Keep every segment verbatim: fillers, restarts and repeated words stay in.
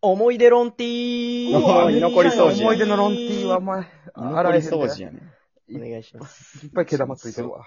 思い出ロンティー。 おー居残り掃除や思い出のロンティーは、お前、 居残り掃除やね。 お願いします。 いっぱい毛玉ついてるわ。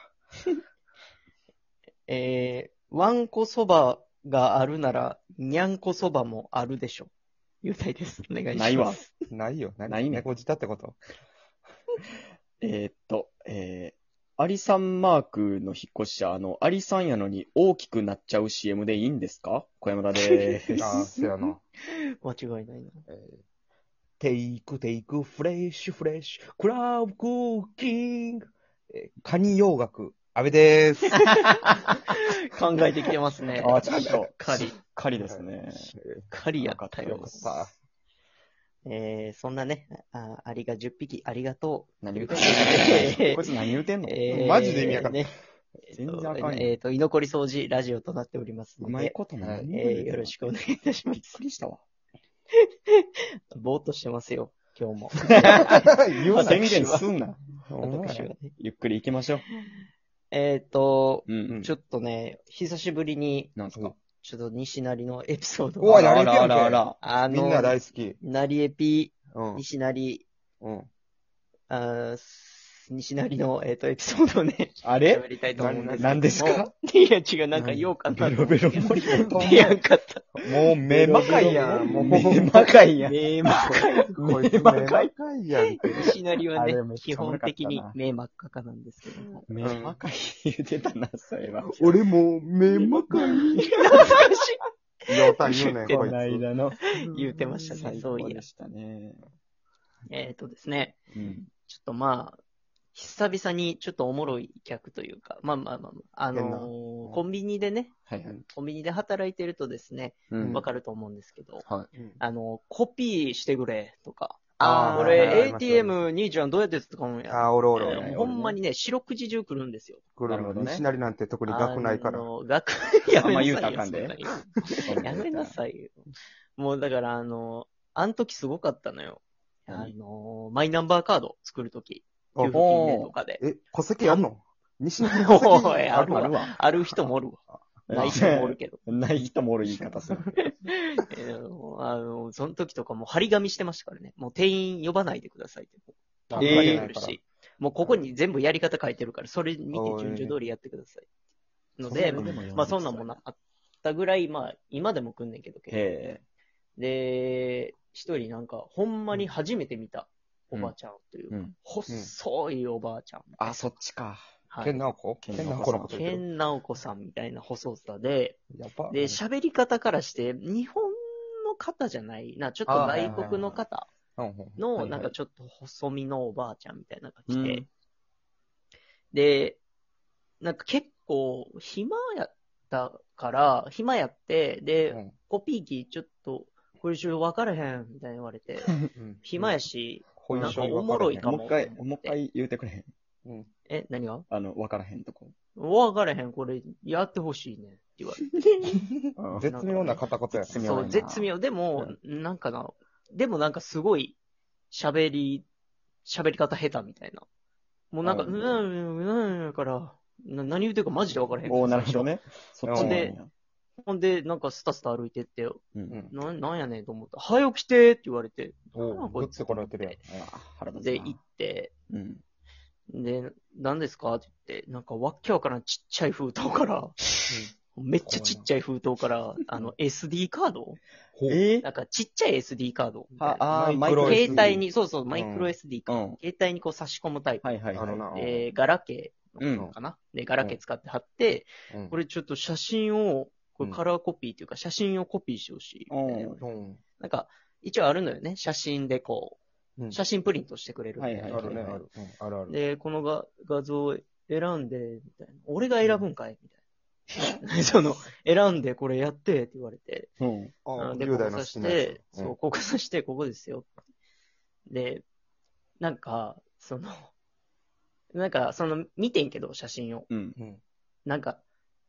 えー、わんこそばがあるなら、にゃんこそばもあるでしょ。ゆうたいです。お願いします。 ないわ。 ないよ。何ないね猫舌ってこと？ えーっと、えー、アリさんマークの引っ越し者、あの、アリさんやのに大きくなっちゃう シーエム でいいんですか？小山田でーああ、 す。 せやな。 間違いないな。 えーテイクテイクフレッシュフレッシュクラブクッキング、えーカニ洋楽阿部でーす。 考えてきてますね。 あーちゃんとしっかり。 しっかりですね。 しっかりやったよよかっ。 さあ、 えー、そんなね、あ、アリがじゅっぴきありがと何言うてんえーのこいつ何言うてんう。 のえー、 マジで意味わかんないね。 全然あかんやんえっと、居残り掃除ラジオとなっておりますのうまいで、 ことない。 えー、よろしくお願いいたしまびっす。 くりしたわ。 ぼーっとしてますよ、今日も。 言うな。 宣言すんな。 私はね。 ゆっくり行きましょう。 えっと、 うん。 ちょっとね、久しぶりに、 なんすか？ ちょっと西成のエピソードおいが、 やれてやんけあらあらあら。 あみんなの、 大好き。 成エピ、 うん。 西成、 うん。 あー西成の、えっと、エピソードをね、 あれ喋りたいと思うんですけども。 ななんですか？ いや、違う、なんか言おうかなと思って。 ベロベロ盛り上がっ出やんかった。 もう目魔界やん。もう、 目魔界やん。 目真っ赤。 こいつ目魔界やん。 西成はねあれめっ、ち基本ゃおもろかったな的に目真っ赤なんですけども。 目魔界言うてたな、そういえば。 俺も目魔界。 懐かしようたん言うねん、こいつ。 この間の。 い。言うてましたね、 最そういや高で。したね。 えっとですね、 うん。 ちょっとまあ、久々にちょっとおもろい客というか、まあまあまあまあ、あ変なのーコンビニでね、 はいはい。 コンビニで働いてるとですね、 うんわかると思うんですけど、 はい。 あの、コピーしてくれとか、 あーこはいはいれありますよエーティーエム 兄ちゃんどうやって使うんや。 あー、おるおるおる。 えーもうほんまにね、四六時中来るんですよ。 来るの。 なるほどね西成なんて特に学ないから。 あの、学、やめなさいよ。 あんま言うたらあかんでそなやめなさいよ。もうだからあの、あの時すごかったのよ。あ何の、マイナンバーカード作るとき、 あ給付金でとかで。 え、戸籍あんの西成戸籍おいあるわあるわ。 ある人もおるわ。ない人もおるけど。 ない人もおる言い方する。 えーあの、その時とかもう張り紙してましたからね。もう店員呼ばないでくださいって。 あ書いえーてるし。もうここに全部やり方書いてるから、それ見て順序通りやってください。ので、まあそんなんもなあったぐらい、まあ今でも来んねんけど、結構へで、一人なんか、ほんまに初めて見たおばちゃんというか、 うん。 細いおばあちゃん。 あ、そっちか。 はいケンナオコケンケンナオコのこと言ってる。 ケンナオコさんみたいな細さで、 やば。 で、喋り方からして、日本の方じゃないな、ちょっと外国の方うんうんの、なんかちょっと細身のおばあちゃんみたいなのが来て、で、なんか結構暇やったから、暇やって、で、 うんコピー機ちょっと、これちょっと分からへん、みたいに言われて、 うん暇やし、 ほいなんかおもろいかももう一回、もう一回言うてくれへん。 うんえ、何があの、わからへんとこ。 分からへん、これやってほしいね、って言われて。 絶妙な片言や絶妙そう、 やな絶妙。でも、なんかな、でもなんかすごい、喋り、喋り方下手みたいな。もうなんか、 ううんん、うん、うん、うん、から、な何言うてるかマジで分からへん。 おー、なるほどね。そっちなんや。 ほんで、なんかスタスタ歩いてって、 うん。 な、なんやねんと思った。早起きてって言われて。 おなんやこいつうグッてこられてるやん。 あ、腹立つな。 で、行って、 うん。 で、何ですかって言って、なんかわっけわからんちっちゃい封筒から、めっちゃちっちゃい封筒から、あの、エスディー カードえなんかちっちゃい エスディー カードみたいな。 あ、あー、 マイクロ携エスディー帯に、そうそう、マイクロ エスディー か。 うん。 携帯にこう差し込むタイプ。 はいはいはい。 あるな。 で、ガラケーのかな、で、ガラケー使って貼って、 うんこれちょっと写真を、これうんカラーコピーっていうか写真をコピーしてほしい。 うんうんなんか、一応あるのよね。写真でこうんう、写真プリントしてくれるみたいな。 はいあるね、ある。うんあるある。 で、このが画像を選んで、みたいな。俺が選ぶんかいみたいな。その、選んでこれやってって言われて。 うん。 あで、 雄大の好ここさしきなやて、 つ。 そう、ここさして、ここですよ。で、なんか、その、なんか、その、見てんけど、写真を。 うん。 うん。 なんか、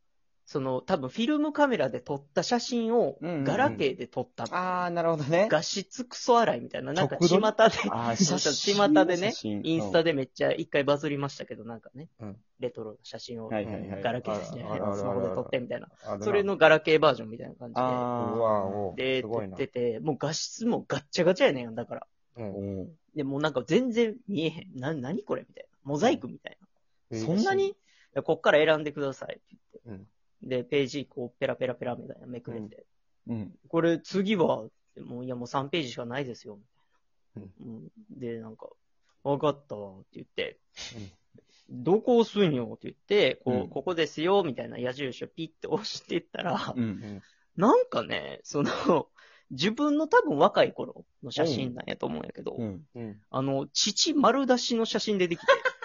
その、多分フィルムカメラで撮った写真をうんうんうんガラケーで撮ったの。 あー、なるほどね。 画質クソ荒いみたいな。なんか、巷直撮りで、 あー、 そう写真。 巷でね写真、 インスタでめっちゃ一回バズりましたけど、なんかね、 うんレトロな写真をはいはいはい。 ガラケーですね、 あるあるあるスマホで撮ってみたいな。 あるなそれのガラケーバージョンみたいな感じで。 うあわおで、撮っすごいなてて、もう画質もガッチャガチャやねん、だから。 うー。 ん。 おーで、もうなんか全然見えへん。な、なにこれみたいな。モザイクみたいな。 うんそんなにでこっから選んでくださいって言って。 うんで、ページこう、ペラペラペラみたいなめくれて。 うん。 これ次は、もういやもうさんページしかないですよ、みたいな。うん、で、なんか、わかったわ、って言って、どこ押すんよって言って、こう、 うんここですよ、みたいな矢印をピッて押していったら、 うん。 なんかね、その、自分の多分若い頃の写真なんやと思うんやけど、 うん。 うん。 あの、父丸出しの写真出てきて、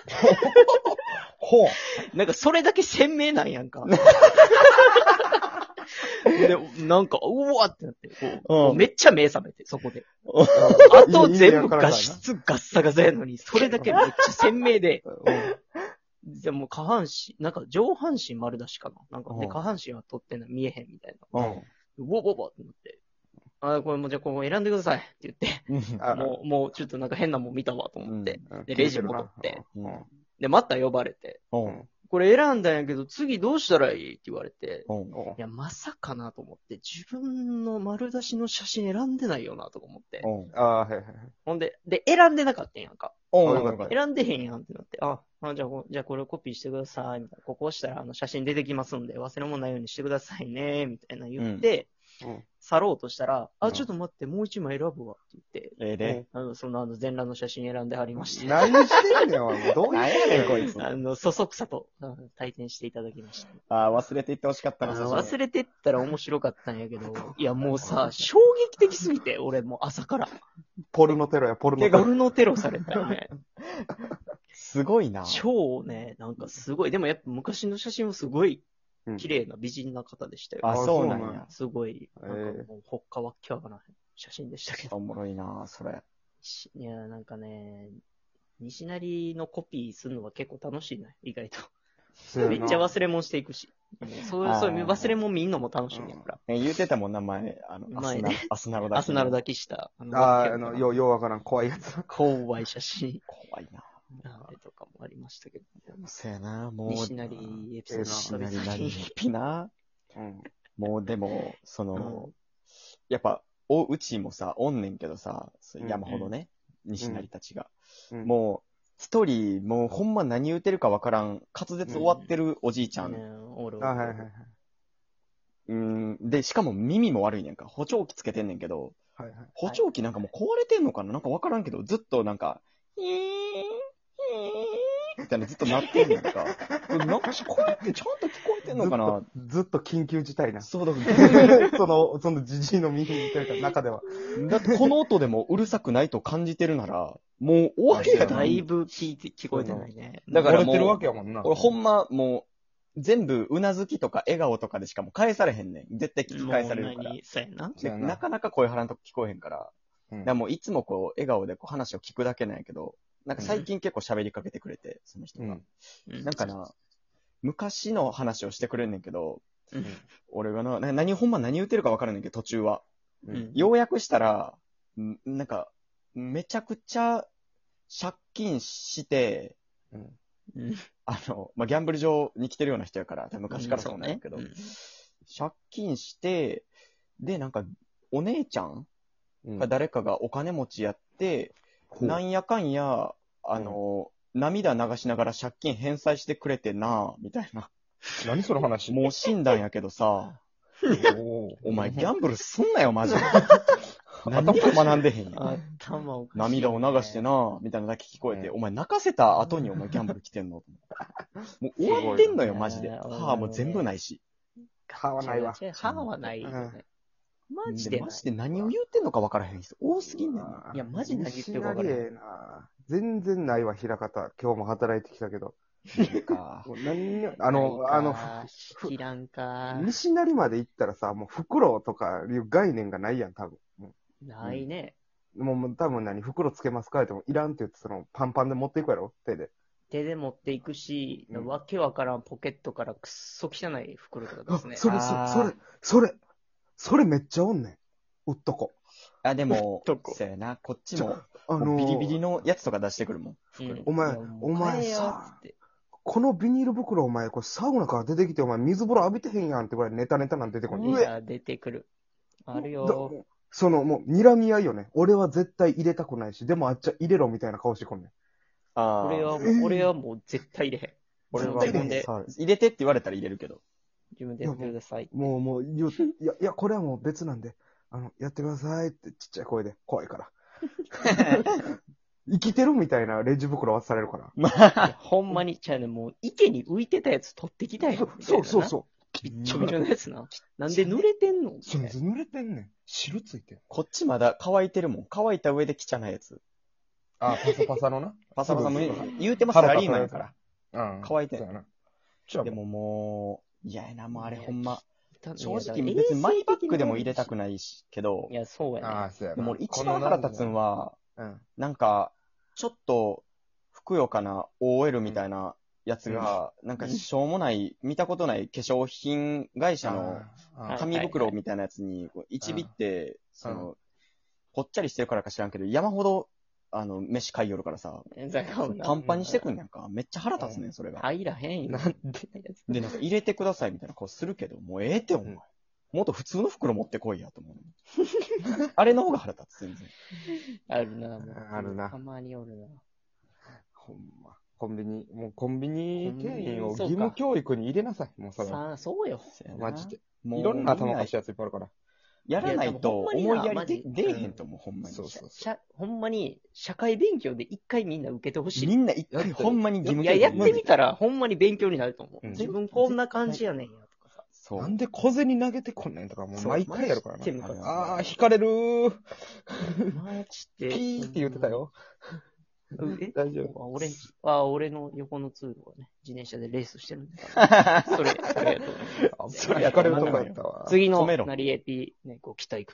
ほう。 なんかそれだけ鮮明なんやんか。で、なんか、うわってなって、こううんこうめっちゃ目覚めて、そこで。 ああと全部画質ガッサガサやのに、それだけめっちゃ鮮明で、じゃもう下半身、なんか上半身丸出しかな。なんかで、 うん下半身は撮ってんの見えへんみたいな。 うん。 ウォボボってなって。あ、これもうじゃあここ選んでくださいって言って、 あもう、もうちょっとなんか変なもん見たわと思って。 うんでレジ戻って。 うんで、また呼ばれて、 うん。 これ選んだんやけど、次どうしたらいいって言われて、 うん。 うんいや、まさかなと思って、自分の丸出しの写真選んでないよなとか思って。 うん。 ああ、はいはいはい。 ほんで、で、選んでなかったんやんか。 うん。 あよかった選んでへんやんってなって、あ、あじゃあこ、じゃあこれコピーしてください、みたいな。ここ押したらあの写真出てきますんで、忘れ物ないようにしてくださいね、みたいな言って、 うん。 去ろうとしたら、あ、 うんちょっと待って、もう一枚選ぶわって言って、 ええで。 あの、そのあの全裸の写真選んでありまして、 何してんねん、お前。どう何やねん、こいつ。 あの、そそくさと、うん退店していただきました。 あー、忘れていってほしかったな、 あのそ忘れてったら面白かったんやけど、いやもうさ、衝撃的すぎて、俺もう朝から。 ポルノテロや、ポルノテロ。 ゴルノテロされたよね。 すごいな。 超ね、なんかすごい、でもやっぱ昔の写真はすごいうん綺麗な美人な方でしたよ。 あ、そうなんや。 すごい、なんかへえもうほっかわっきわかな写真でしたけど。 おもろいな、それ。 しいや、なんかね、西成のコピーするのは結構楽しいね、意外と。めっちゃ忘れ物していくし。そういう、 あーそういう忘れ物見んのも楽しいねんから。 え、言うてたもんな、前。あの、アスナ前ね、 アスナロだアスナルだけした。あああ、あの、よう、ようわからん、怖いやつ。 怖い写真。 怖いな。 あれとかもありましたけど。 そうやな、もう。 西成エピソード西成久々になりピな。 うん。 もうでも、その、 うんやっぱ、お、うちもさ、おんねんけどさ、そううん山ほどね、西成たちが。 うんもう、一人、もうほんま何言うてるかわからん、滑舌終わってるおじいちゃん。 ねおるおるあはいはいはい。 うん、で、しかも耳も悪いねんか。補聴器つけてんねんけど、 はいはい。 補聴器なんかもう壊れてんのかななんかわからんけど、ずっとなんか、ヒーン、ヒーン、みたいなずっと鳴ってんねんか。なんかこれってちゃんと聞こえてんのかなずっと緊急事態な。 そうだから、 その、そのじじいの耳というか中では。 だってこの音でもうるさくないと感じてるなら、もう終わりやだいぶ。 ぶ聞いて、聞こえてないね。 だからもう漏れてるわけやもんな。 俺ほんまもう、全部うなずきとか笑顔とかでしかもう返されへんねん。絶対聞き返されるから。 もう何そうやな。 でそうやななかなか声張らんと聞こえへんから。 うんだからもういつもこう、笑顔でこう話を聞くだけなんやけど、なんか最近結構喋りかけてくれて、その人が。 うんなんかな、昔の話をしてくれんねんけど、 うん俺がな、な何、ほんま何言ってるか分からんねんけど、途中は。 うんようやくしたら、んなんか、めちゃくちゃ借金して、 うん。 うんあの、まあ、ギャンブル場に来てるような人やから、多分昔からそうなんやけど、 うん借金して、で、なんか、お姉ちゃんうんか誰かがお金持ちやって、 ほうなんやかんや、あの、涙流しながら借金返済してくれてな、みたいな。 何その話もう死んだんやけどさ、 おーお前ギャンブルすんなよ、マジで。何にも学んでへんやん。 頭おかしい。 涙を流して。な、みたいなだけ聞こえて、 うんお前泣かせた後にお前ギャンブル来てんのもう終わってんのよ、マジで。 すごいな歯も全部ないし。 歯はないわ。 歯はないよね。マジでない。 マジで何を言ってんのか分からへん人多すぎんねんな。 いやマジ何言ってるか分からへん西成ええな。全然ないわ、平方。今日も働いてきたけど。 か。 もう何にあの、あの、ふ知らんか。 西成まで行ったらさ、もう袋とかいう概念がないやん、多分。もないね。 うもうもう多分何、袋つけますかってもいらんって言って、そのパンパンで持っていくやろ手で。 手で持っていくし、 うんわけわからんポケットからくっそ汚い袋とかあですね。 それ、 あーそれ、それ、それめっちゃおんねん。うっとこ。 あ、でもどこ、 そうやな、こっちも、 あのーもうビリビリのやつとか出してくるもん。 うんお前いやもうお前買えよさっつってこのビニール袋お前、これサウナから出てきてお前水風呂浴びてへんやんってぐらいネタネタなん出てこんねん。 いや、出てくる。あるよ。 だその、もう、睨み合いよね。俺は絶対入れたくないし、でもあっちは入れろみたいな顔してこんねん。 ああ。 俺はもう、 えー俺はもう絶対入れへん。俺は絶対入れへん自分で、 さ入れてって言われたら入れるけど。 自分でやってください。 もう、もう、言ういや、いや、これはもう別なんで、あの、やってくださいってちっちゃい声で、怖いから。生きてるみたいなレジ袋渡されるから。 まいやほんまに、ちゃうね、もう池に浮いてたやつ取ってきたよ。 そうそうう。 そびっちょびちょのやつな。なんで濡れてんのう。そう、濡れてんねん。汁ついてん。 こっちまだ乾いてるもん。乾いた上で汚いやつ。 あ、パサパサのな。 パサパサもすぐ言うてもサラリーマンやから。 うん。 乾いてんそうやな。じゃあでももう、嫌やな、もうあれほんま。正いや直別にマイバッグでも入れたくないし、けどい、や、そうやね。 ああ、そうやな。 でも俺一番腹立つんは、 うん。 なんか、ちょっと、ふくよかな オーエル みたいなやつが、なんかしょうもない、見たことない化粧品会社のあー紙袋みたいなやつに、こう一尾って、そうんの、ぽっちゃりしてるからか知らんけど、山ほど、あの、飯買いよるからさ、 だからパンパンにしてくんやんか。めっちゃ腹立つねん、それが。 入らへんよ。 なんで、なんか入れてくださいみたいな顔するけど、もうええって、お前。 うんもっと普通の袋持ってこいやと思う。あれの方が腹立つ、全然。 あるな、もうあるなたまにおるな。 ほんま。コンビニ、もうコンビニ店員を義そうか務教育に入れなさい。もうそれは。 さあ、そうよ。 そうやなマジで。 もういろんな頭みん貸したやついっぱいあるから。 やらないといや思いやりででもほんまにな出えへんと思う、ほんまに。 そうそうしゃほんまに、社会勉強で一回みんな受けてほしい。 みんな一回ほんまに義務いや、やってみたたら、ほんまに勉強になると思う。 うん自分こんな感じやねんや、とかさ。 そう。 なんで小銭投げてこんねんとか、もうそう毎回やるからマジでな。 ムカつくああ、引かれるー。 マジで。 ピーって言ってたよ。 うん。え大丈夫。 あ俺、あ、俺の横の通路がね、自転車でレースしてるんで。それ、それやと思う。 あそれ引かれるとこやったわ。 次の止めろなりえぴ、ね、こう、期待